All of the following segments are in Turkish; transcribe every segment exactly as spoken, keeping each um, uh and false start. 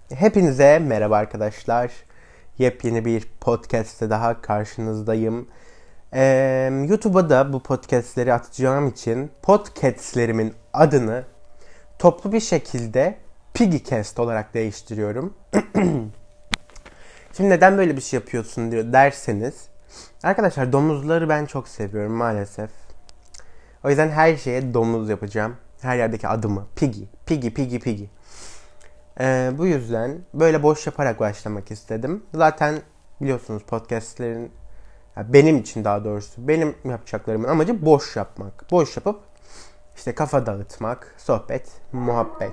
Hepinize merhaba arkadaşlar. Yepyeni bir podcast'te daha karşınızdayım. Ee, YouTube'a da bu podcast'leri atacağım için podcast'lerimin adını toplu bir şekilde Piggycast olarak değiştiriyorum. Şimdi neden böyle bir şey yapıyorsun diyor derseniz. Arkadaşlar domuzları ben çok seviyorum maalesef. O yüzden her şeye domuz yapacağım. Her yerdeki adımı Piggy, Piggy, Piggy, Piggy. Ee, bu yüzden böyle boş yaparak başlamak istedim. Zaten biliyorsunuz podcastlerin, ya benim için daha doğrusu benim yapacaklarımın amacı boş yapmak. Boş yapıp işte kafa dağıtmak, sohbet, muhabbet.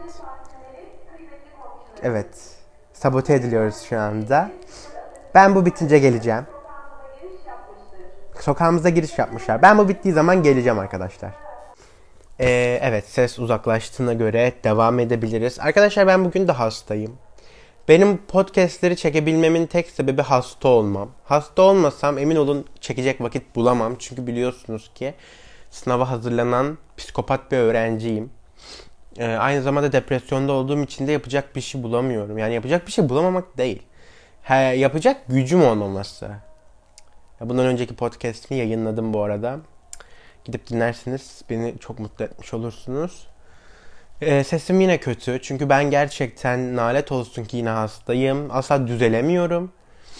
Evet, sabote ediliyoruz şu anda. Ben bu bitince geleceğim. Sokağımıza giriş yapmışlar. Ben bu bittiği zaman geleceğim arkadaşlar. Ee, evet, ses uzaklaştığına göre devam edebiliriz. Arkadaşlar ben bugün de hastayım. Benim podcastleri çekebilmemin tek sebebi hasta olmam. Hasta olmasam emin olun çekecek vakit bulamam. Çünkü biliyorsunuz ki sınava hazırlanan psikopat bir öğrenciyim. Ee, aynı zamanda depresyonda olduğum için de yapacak bir şey bulamıyorum. Yani yapacak bir şey bulamamak değil. He, yapacak gücüm olmaması. Bundan önceki podcast'imi yayınladım bu arada. Gidip dinlersiniz beni çok mutlu etmiş olursunuz. Ee, sesim yine kötü. Çünkü ben gerçekten nalet olsun ki yine hastayım. Asla düzelemiyorum.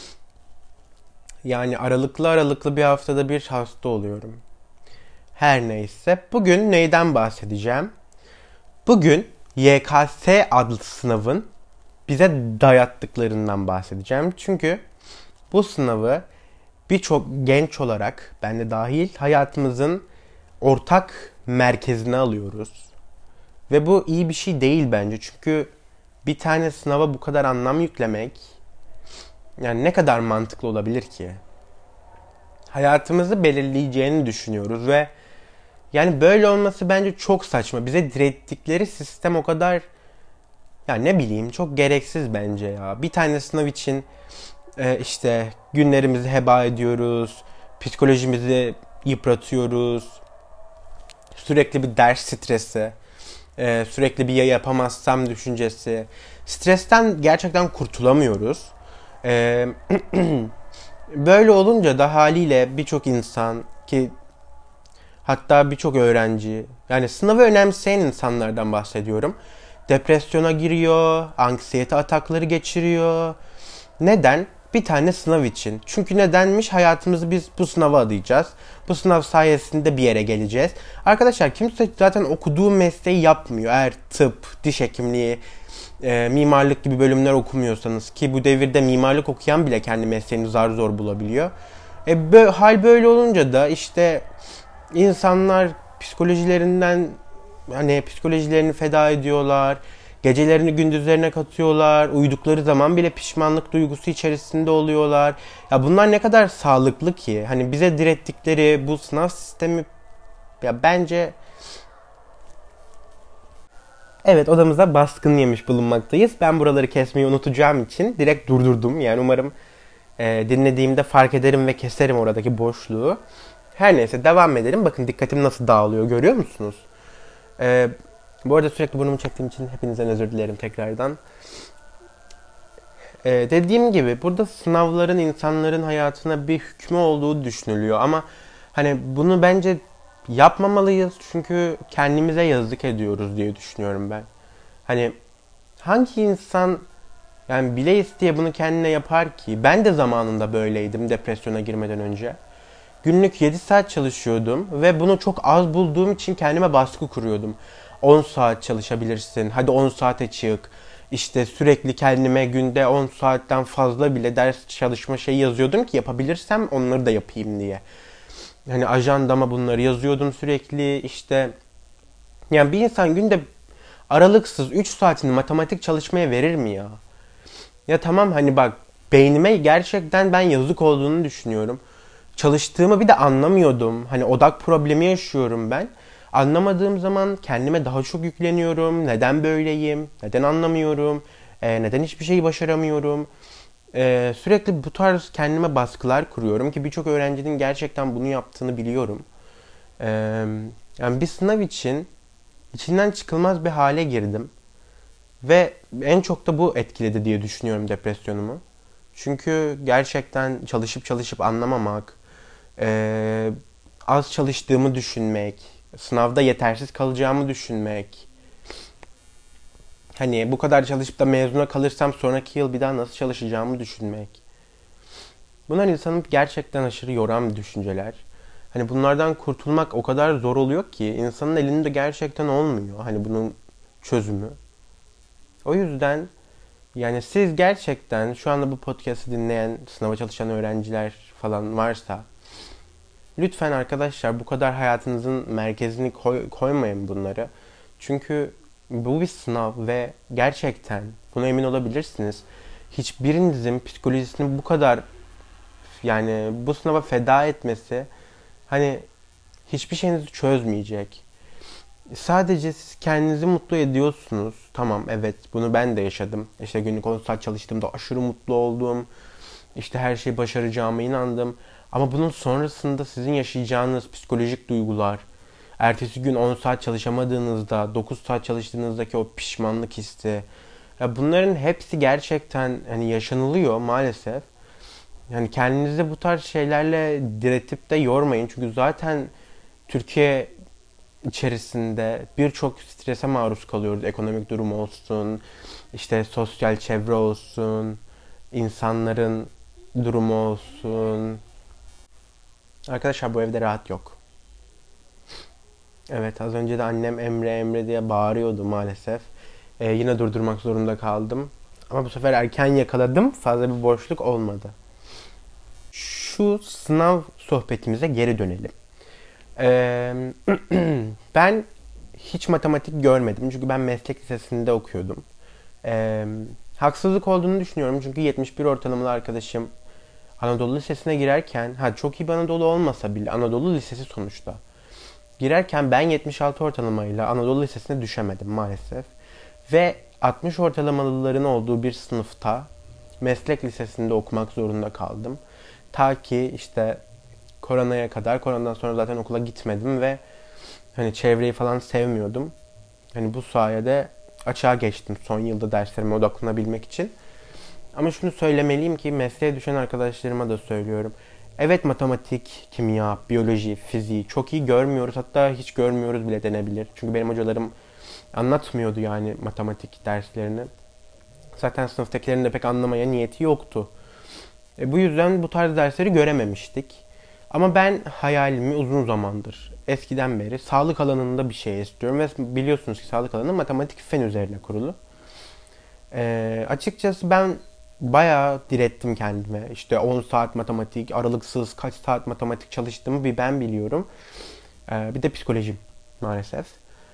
Yani aralıklı aralıklı bir haftada bir hasta oluyorum. Her neyse. Bugün neyden bahsedeceğim? Bugün Y K S adlı sınavın bize dayattıklarından bahsedeceğim. Çünkü bu sınavı birçok genç olarak, ben de dahil, hayatımızın ortak merkezine alıyoruz. Ve bu iyi bir şey değil bence. Çünkü bir tane sınava bu kadar anlam yüklemek yani ne kadar mantıklı olabilir ki? Hayatımızı belirleyeceğini düşünüyoruz ve yani böyle olması bence çok saçma. Bize direttikleri sistem o kadar, ya ne bileyim, çok gereksiz bence ya. Bir tane sınav için e, işte günlerimizi heba ediyoruz. Psikolojimizi yıpratıyoruz. Sürekli bir ders stresi. Ee, sürekli bir ya yapamazsam düşüncesi. Stresten gerçekten kurtulamıyoruz. Ee, böyle olunca da haliyle birçok insan, ki hatta birçok öğrenci, yani sınavı önemseyen insanlardan bahsediyorum, depresyona giriyor, anksiyete atakları geçiriyor. Neden? Bir tane sınav için. Çünkü nedenmiş? Hayatımızı biz bu sınava adayacağız. Bu sınav sayesinde bir yere geleceğiz. Arkadaşlar kimse zaten okuduğu mesleği yapmıyor. Eğer tıp, diş hekimliği, e, mimarlık gibi bölümler okumuyorsanız, ki bu devirde mimarlık okuyan bile kendi mesleğini zar zor bulabiliyor. E, bö- hal böyle olunca da işte insanlar psikolojilerinden, hani psikolojilerini feda ediyorlar. Gecelerini gündüzlerine katıyorlar. Uyudukları zaman bile pişmanlık duygusu içerisinde oluyorlar. Ya bunlar ne kadar sağlıklı ki? Hani bize direttikleri bu sınav sistemi, ya bence, evet, odamıza baskın yemiş bulunmaktayız. Ben buraları kesmeyi unutacağım için direkt durdurdum. Yani umarım e, dinlediğimde fark ederim ve keserim oradaki boşluğu. Her neyse devam edelim. Bakın dikkatim nasıl dağılıyor, görüyor musunuz? E, bu arada sürekli burnumu çektiğim için hepinizden özür dilerim tekrardan. E, dediğim gibi burada sınavların insanların hayatına bir hükmü olduğu düşünülüyor. Ama hani bunu bence yapmamalıyız. Çünkü kendimize yazık ediyoruz diye düşünüyorum ben. Hani hangi insan yani bile isteye bunu kendine yapar ki? Ben de zamanında böyleydim depresyona girmeden önce. Günlük yedi saat çalışıyordum ve bunu çok az bulduğum için kendime baskı kuruyordum. on saat çalışabilirsin, hadi on saate çık. İşte sürekli kendime günde on saatten fazla bile ders çalışma şeyi yazıyordum ki yapabilirsem onları da yapayım diye. Hani ajandama bunları yazıyordum sürekli işte. Yani bir insan günde aralıksız üç saatini matematik çalışmaya verir mi ya? Ya tamam, hani bak, beynime gerçekten ben yazık olduğunu düşünüyorum. Çalıştığımı bir de anlamıyordum. Hani odak problemi yaşıyorum ben. Anlamadığım zaman kendime daha çok yükleniyorum. Neden böyleyim? Neden anlamıyorum? Ee, neden hiçbir şeyi başaramıyorum? Ee, sürekli bu tarz kendime baskılar kuruyorum ki birçok öğrencinin gerçekten bunu yaptığını biliyorum. Ee, yani bir sınav için içinden çıkılmaz bir hale girdim. Ve en çok da bu etkiledi diye düşünüyorum depresyonumu. Çünkü gerçekten çalışıp çalışıp anlamamak, ee, az çalıştığımı düşünmek, sınavda yetersiz kalacağımı düşünmek, hani bu kadar çalışıp da mezuna kalırsam sonraki yıl bir daha nasıl çalışacağımı düşünmek. Bunlar insanı gerçekten aşırı yoran düşünceler. Hani bunlardan kurtulmak o kadar zor oluyor ki insanın elinde gerçekten olmuyor. Hani bunun çözümü. O yüzden yani siz gerçekten şu anda bu podcast'ı dinleyen, sınava çalışan öğrenciler falan varsa lütfen arkadaşlar bu kadar hayatınızın merkezini koy, koymayın bunları. Çünkü bu bir sınav ve gerçekten buna emin olabilirsiniz. Hiçbirinizin psikolojisini bu kadar yani bu sınava feda etmesi hani hiçbir şeyinizi çözmeyecek. Sadece siz kendinizi mutlu ediyorsunuz. Tamam, evet, bunu ben de yaşadım. İşte günlük on saat çalıştığımda aşırı mutlu oldum. İşte her şeyi başaracağıma inandım. Ama bunun sonrasında sizin yaşayacağınız psikolojik duygular, ertesi gün on saat çalışamadığınızda, dokuz saat çalıştığınızdaki o pişmanlık hissi, ya bunların hepsi gerçekten hani yaşanılıyor maalesef. Yani kendinizi bu tarz şeylerle diretip de yormayın. Çünkü zaten Türkiye içerisinde birçok strese maruz kalıyoruz. Ekonomik durum olsun, işte sosyal çevre olsun, insanların durumu olsun. Arkadaşlar bu evde rahat yok. Evet, az önce de annem Emre Emre diye bağırıyordu maalesef. Ee, yine durdurmak zorunda kaldım. Ama bu sefer erken yakaladım. Fazla bir boşluk olmadı. Şu sınav sohbetimize geri dönelim. Ee, ben hiç matematik görmedim. Çünkü ben meslek lisesinde okuyordum. Ee, haksızlık olduğunu düşünüyorum. Çünkü yetmiş bir ortalamalı arkadaşım Anadolu Lisesi'ne girerken, ha çok iyi bir Anadolu olmasa bile Anadolu Lisesi sonuçta. Girerken ben yetmiş altı ortalamayla Anadolu Lisesi'ne düşemedim maalesef. Ve altmış ortalamalıların olduğu bir sınıfta meslek lisesinde okumak zorunda kaldım. Ta ki işte koronaya kadar, koronadan sonra zaten okula gitmedim ve hani çevreyi falan sevmiyordum. Hani bu sayede açığa geçtim son yılda derslerime odaklanabilmek için. Ama şunu söylemeliyim ki mesleğe düşen arkadaşlarıma da söylüyorum. Evet, matematik, kimya, biyoloji, fiziği çok iyi görmüyoruz. Hatta hiç görmüyoruz bile denebilir. Çünkü benim hocalarım anlatmıyordu yani matematik derslerini. Zaten sınıftakilerin de pek anlamaya niyeti yoktu. E, bu yüzden bu tarz dersleri görememiştik. Ama ben hayalimi uzun zamandır, eskiden beri sağlık alanında bir şey istiyorum. Ve biliyorsunuz ki sağlık alanı matematik fen üzerine kurulu. E, açıkçası ben bayağı direttim kendime. İşte on saat matematik, aralıksız kaç saat matematik çalıştığımı bir ben biliyorum. E, bir de psikolojim maalesef.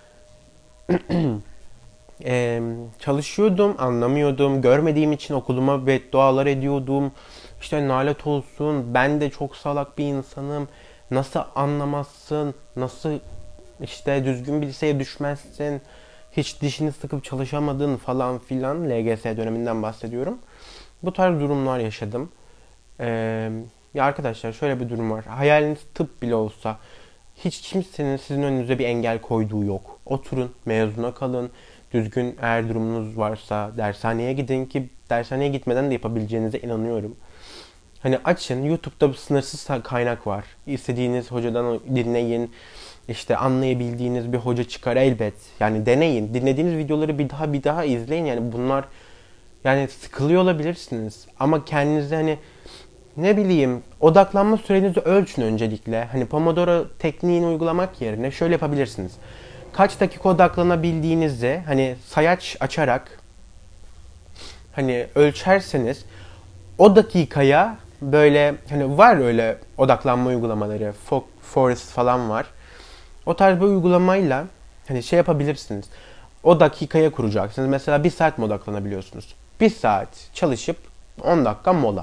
Ee, çalışıyordum, anlamıyordum. Görmediğim için okuluma beddualar ediyordum. İşte nalet olsun, ben de çok salak bir insanım. Nasıl anlamazsın? Nasıl işte düzgün bir liseye düşmezsin? Hiç dişini sıkıp çalışamadın falan filan. L G S döneminden bahsediyorum. Bu tarz durumlar yaşadım. Ee, ya arkadaşlar şöyle bir durum var. Hayaliniz tıp bile olsa hiç kimsenin sizin önünüze bir engel koyduğu yok. Oturun, mezuna kalın. Düzgün eğer durumunuz varsa dershaneye gidin ki dershaneye gitmeden de yapabileceğinize inanıyorum. Hani açın, YouTube'da sınırsız kaynak var. İstediğiniz hocadan dinleyin. İşte anlayabildiğiniz bir hoca çıkar elbet. Yani deneyin. Dinlediğiniz videoları bir daha bir daha izleyin. Yani bunlar yani sıkılıyor olabilirsiniz. Ama kendinize hani ne bileyim odaklanma sürenizi ölçün öncelikle. Hani Pomodoro tekniğini uygulamak yerine şöyle yapabilirsiniz. Kaç dakika odaklanabildiğinizi hani sayaç açarak hani ölçerseniz o dakikaya böyle hani var öyle odaklanma uygulamaları, Forest falan var. O tarz bir uygulamayla hani şey yapabilirsiniz. O dakikaya kuracaksınız. Mesela bir saat mi odaklanabiliyorsunuz? Bir saat çalışıp on dakika mola.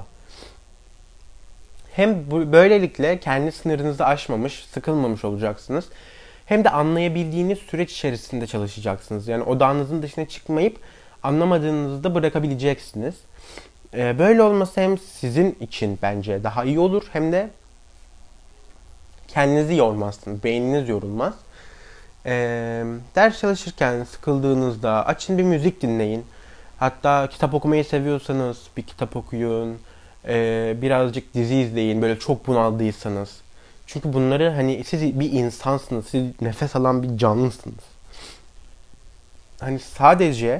Hem bu, böylelikle kendi sınırınızı aşmamış, sıkılmamış olacaksınız. Hem de anlayabildiğiniz süreç içerisinde çalışacaksınız. Yani odağınızın dışına çıkmayıp anlamadığınızı da bırakabileceksiniz. Ee, böyle olması hem sizin için bence daha iyi olur hem de kendinizi yormazsınız. Beyniniz yorulmaz. Ee, ders çalışırken sıkıldığınızda açın bir müzik dinleyin. Hatta kitap okumayı seviyorsanız bir kitap okuyun. Ee, birazcık dizi izleyin böyle çok bunaldıysanız. Çünkü bunları hani siz bir insansınız. Siz nefes alan bir canlısınız. Hani sadece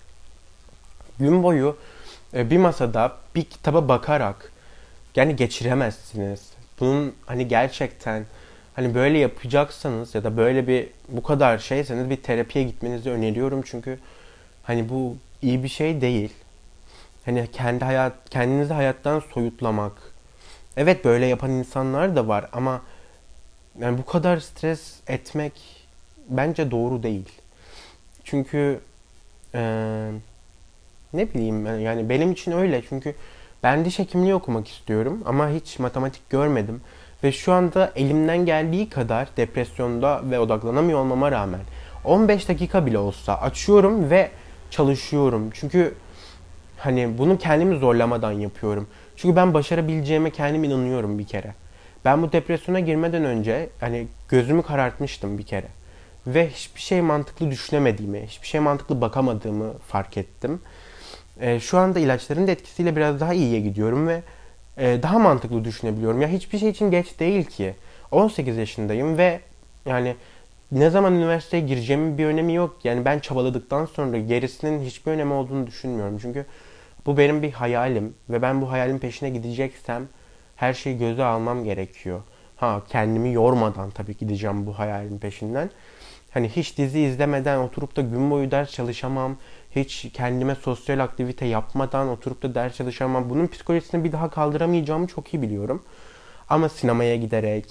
gün boyu e, bir masada bir kitaba bakarak yani geçiremezsiniz. Bunun hani gerçekten hani böyle yapacaksanız ya da böyle bir bu kadar şeyseniz bir terapiye gitmenizi öneriyorum. Çünkü hani bu iyi bir şey değil. Hani kendi hayat kendinizi hayattan soyutlamak. Evet böyle yapan insanlar da var ama yani bu kadar stres etmek bence doğru değil. Çünkü eee, ne bileyim ben, yani benim için öyle. Çünkü ben diş hekimliği okumak istiyorum ama hiç matematik görmedim. Ve şu anda elimden geldiği kadar depresyonda ve odaklanamıyor olmama rağmen on beş dakika bile olsa açıyorum ve çalışıyorum. Çünkü hani bunu kendimi zorlamadan yapıyorum. Çünkü ben başarabileceğime kendim inanıyorum bir kere. Ben bu depresyona girmeden önce hani gözümü karartmıştım bir kere. Ve hiçbir şey mantıklı düşünemediğimi, hiçbir şey mantıklı bakamadığımı fark ettim. E, şu anda ilaçların da etkisiyle biraz daha iyiye gidiyorum ve e, daha mantıklı düşünebiliyorum. Ya hiçbir şey için geç değil ki. on sekiz yaşındayım ve yani ne zaman üniversiteye gireceğimin bir önemi yok. Yani ben çabaladıktan sonra gerisinin hiçbir önemi olduğunu düşünmüyorum. Çünkü bu benim bir hayalim ve ben bu hayalin peşine gideceksem her şeyi göze almam gerekiyor. Ha kendimi yormadan tabii gideceğim bu hayalin peşinden. Hani hiç dizi izlemeden oturup da gün boyu ders çalışamam. Hiç kendime sosyal aktivite yapmadan oturup da ders çalışamam. Bunun psikolojisini bir daha kaldıramayacağımı çok iyi biliyorum. Ama sinemaya giderek,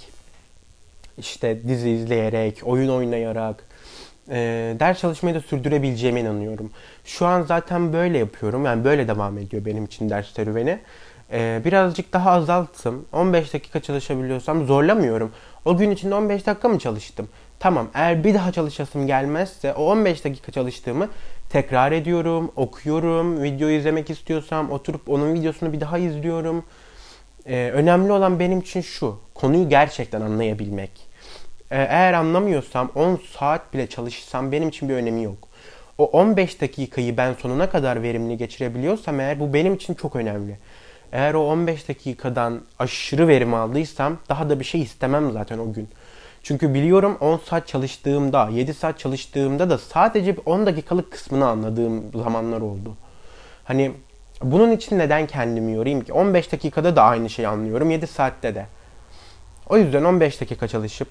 işte dizi izleyerek, oyun oynayarak, e, ders çalışmayı da sürdürebileceğime inanıyorum. Şu an zaten böyle yapıyorum. Yani böyle devam ediyor benim için ders serüveni. E, birazcık daha azalttım. on beş dakika çalışabiliyorsam zorlamıyorum. O gün içinde on beş dakika mı çalıştım? Tamam, eğer bir daha çalışasım gelmezse o on beş dakika çalıştığımı tekrar ediyorum, okuyorum, video izlemek istiyorsam oturup onun videosunu bir daha izliyorum. Ee, önemli olan benim için şu, konuyu gerçekten anlayabilmek. Ee, eğer anlamıyorsam on saat bile çalışsam benim için bir önemi yok. O on beş dakikayı ben sonuna kadar verimli geçirebiliyorsam eğer bu benim için çok önemli. Eğer o on beş dakikadan aşırı verim aldıysam daha da bir şey istemem zaten o gün. Çünkü biliyorum on saat çalıştığımda, yedi saat çalıştığımda da sadece on dakikalık kısmını anladığım zamanlar oldu. Hani bunun için neden kendimi yorayım ki? on beş dakikada da aynı şeyi anlıyorum, yedi saatte de. O yüzden on beş dakika çalışıp,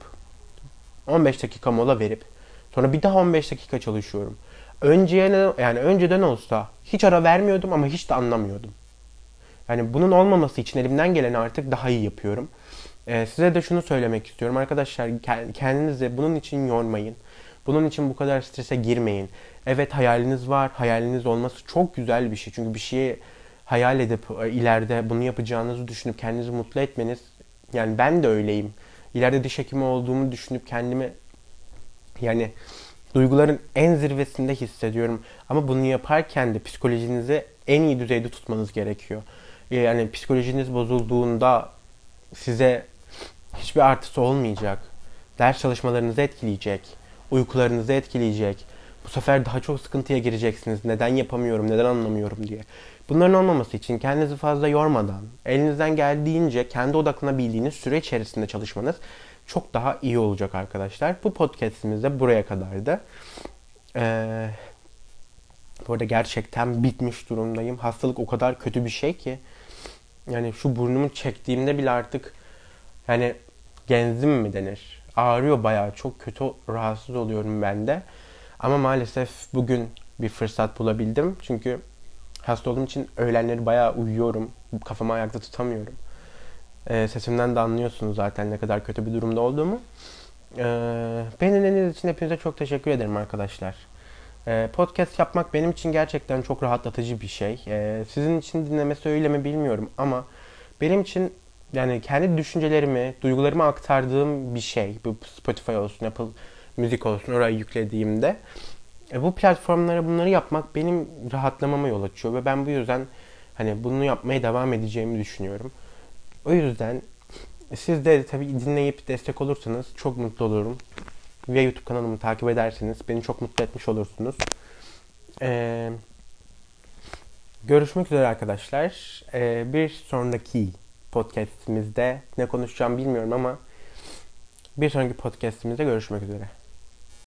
on beş dakika mola verip, sonra bir daha on beş dakika çalışıyorum. Önceye, yani önceden olsa hiç ara vermiyordum ama hiç de anlamıyordum. Yani bunun olmaması için elimden geleni artık daha iyi yapıyorum. Ee, size de şunu söylemek istiyorum. Arkadaşlar kendinizi bunun için yormayın. Bunun için bu kadar strese girmeyin. Evet hayaliniz var. Hayaliniz olması çok güzel bir şey. Çünkü bir şeyi hayal edip ileride bunu yapacağınızı düşünüp kendinizi mutlu etmeniz. Yani ben de öyleyim. İleride diş hekimi olduğumu düşünüp kendimi yani duyguların en zirvesinde hissediyorum. Ama bunu yaparken de psikolojinizi en iyi düzeyde tutmanız gerekiyor. Yani psikolojiniz bozulduğunda size hiçbir artısı olmayacak. Ders çalışmalarınızı etkileyecek. Uykularınızı etkileyecek. Bu sefer daha çok sıkıntıya gireceksiniz. Neden yapamıyorum, neden anlamıyorum diye. Bunların olmaması için kendinizi fazla yormadan, elinizden geldiğince kendi odaklanabildiğiniz süre içerisinde çalışmanız çok daha iyi olacak arkadaşlar. Bu podcastimiz de buraya kadardı. Ee, bu arada gerçekten bitmiş durumdayım. Hastalık o kadar kötü bir şey ki. Yani şu burnumu çektiğimde bile artık yani genzim mi denir? Ağrıyor bayağı. Çok kötü rahatsız oluyorum ben de. Ama maalesef bugün bir fırsat bulabildim. Çünkü hasta olduğum için öğlenleri bayağı uyuyorum. Kafamı ayakta tutamıyorum. Ee, sesimden de anlıyorsunuz zaten ne kadar kötü bir durumda olduğumu. Ee, beni dinlediğiniz için hepinize çok teşekkür ederim arkadaşlar. Ee, podcast yapmak benim için gerçekten çok rahatlatıcı bir şey. Ee, sizin için dinlemesi öyle mi bilmiyorum ama benim için yani kendi düşüncelerimi, duygularımı aktardığım bir şey. Bu Spotify olsun, Apple Müzik olsun oraya yüklediğimde. E, bu platformlara bunları yapmak benim rahatlamama yol açıyor ve ben bu yüzden hani bunu yapmaya devam edeceğimi düşünüyorum. O yüzden siz de tabii dinleyip destek olursanız çok mutlu olurum. ve YouTube kanalımı takip ederseniz beni çok mutlu etmiş olursunuz. Ee, görüşmek üzere arkadaşlar. Ee, bir sonraki podcastimizde ne konuşacağım bilmiyorum ama bir sonraki podcastimizde görüşmek üzere.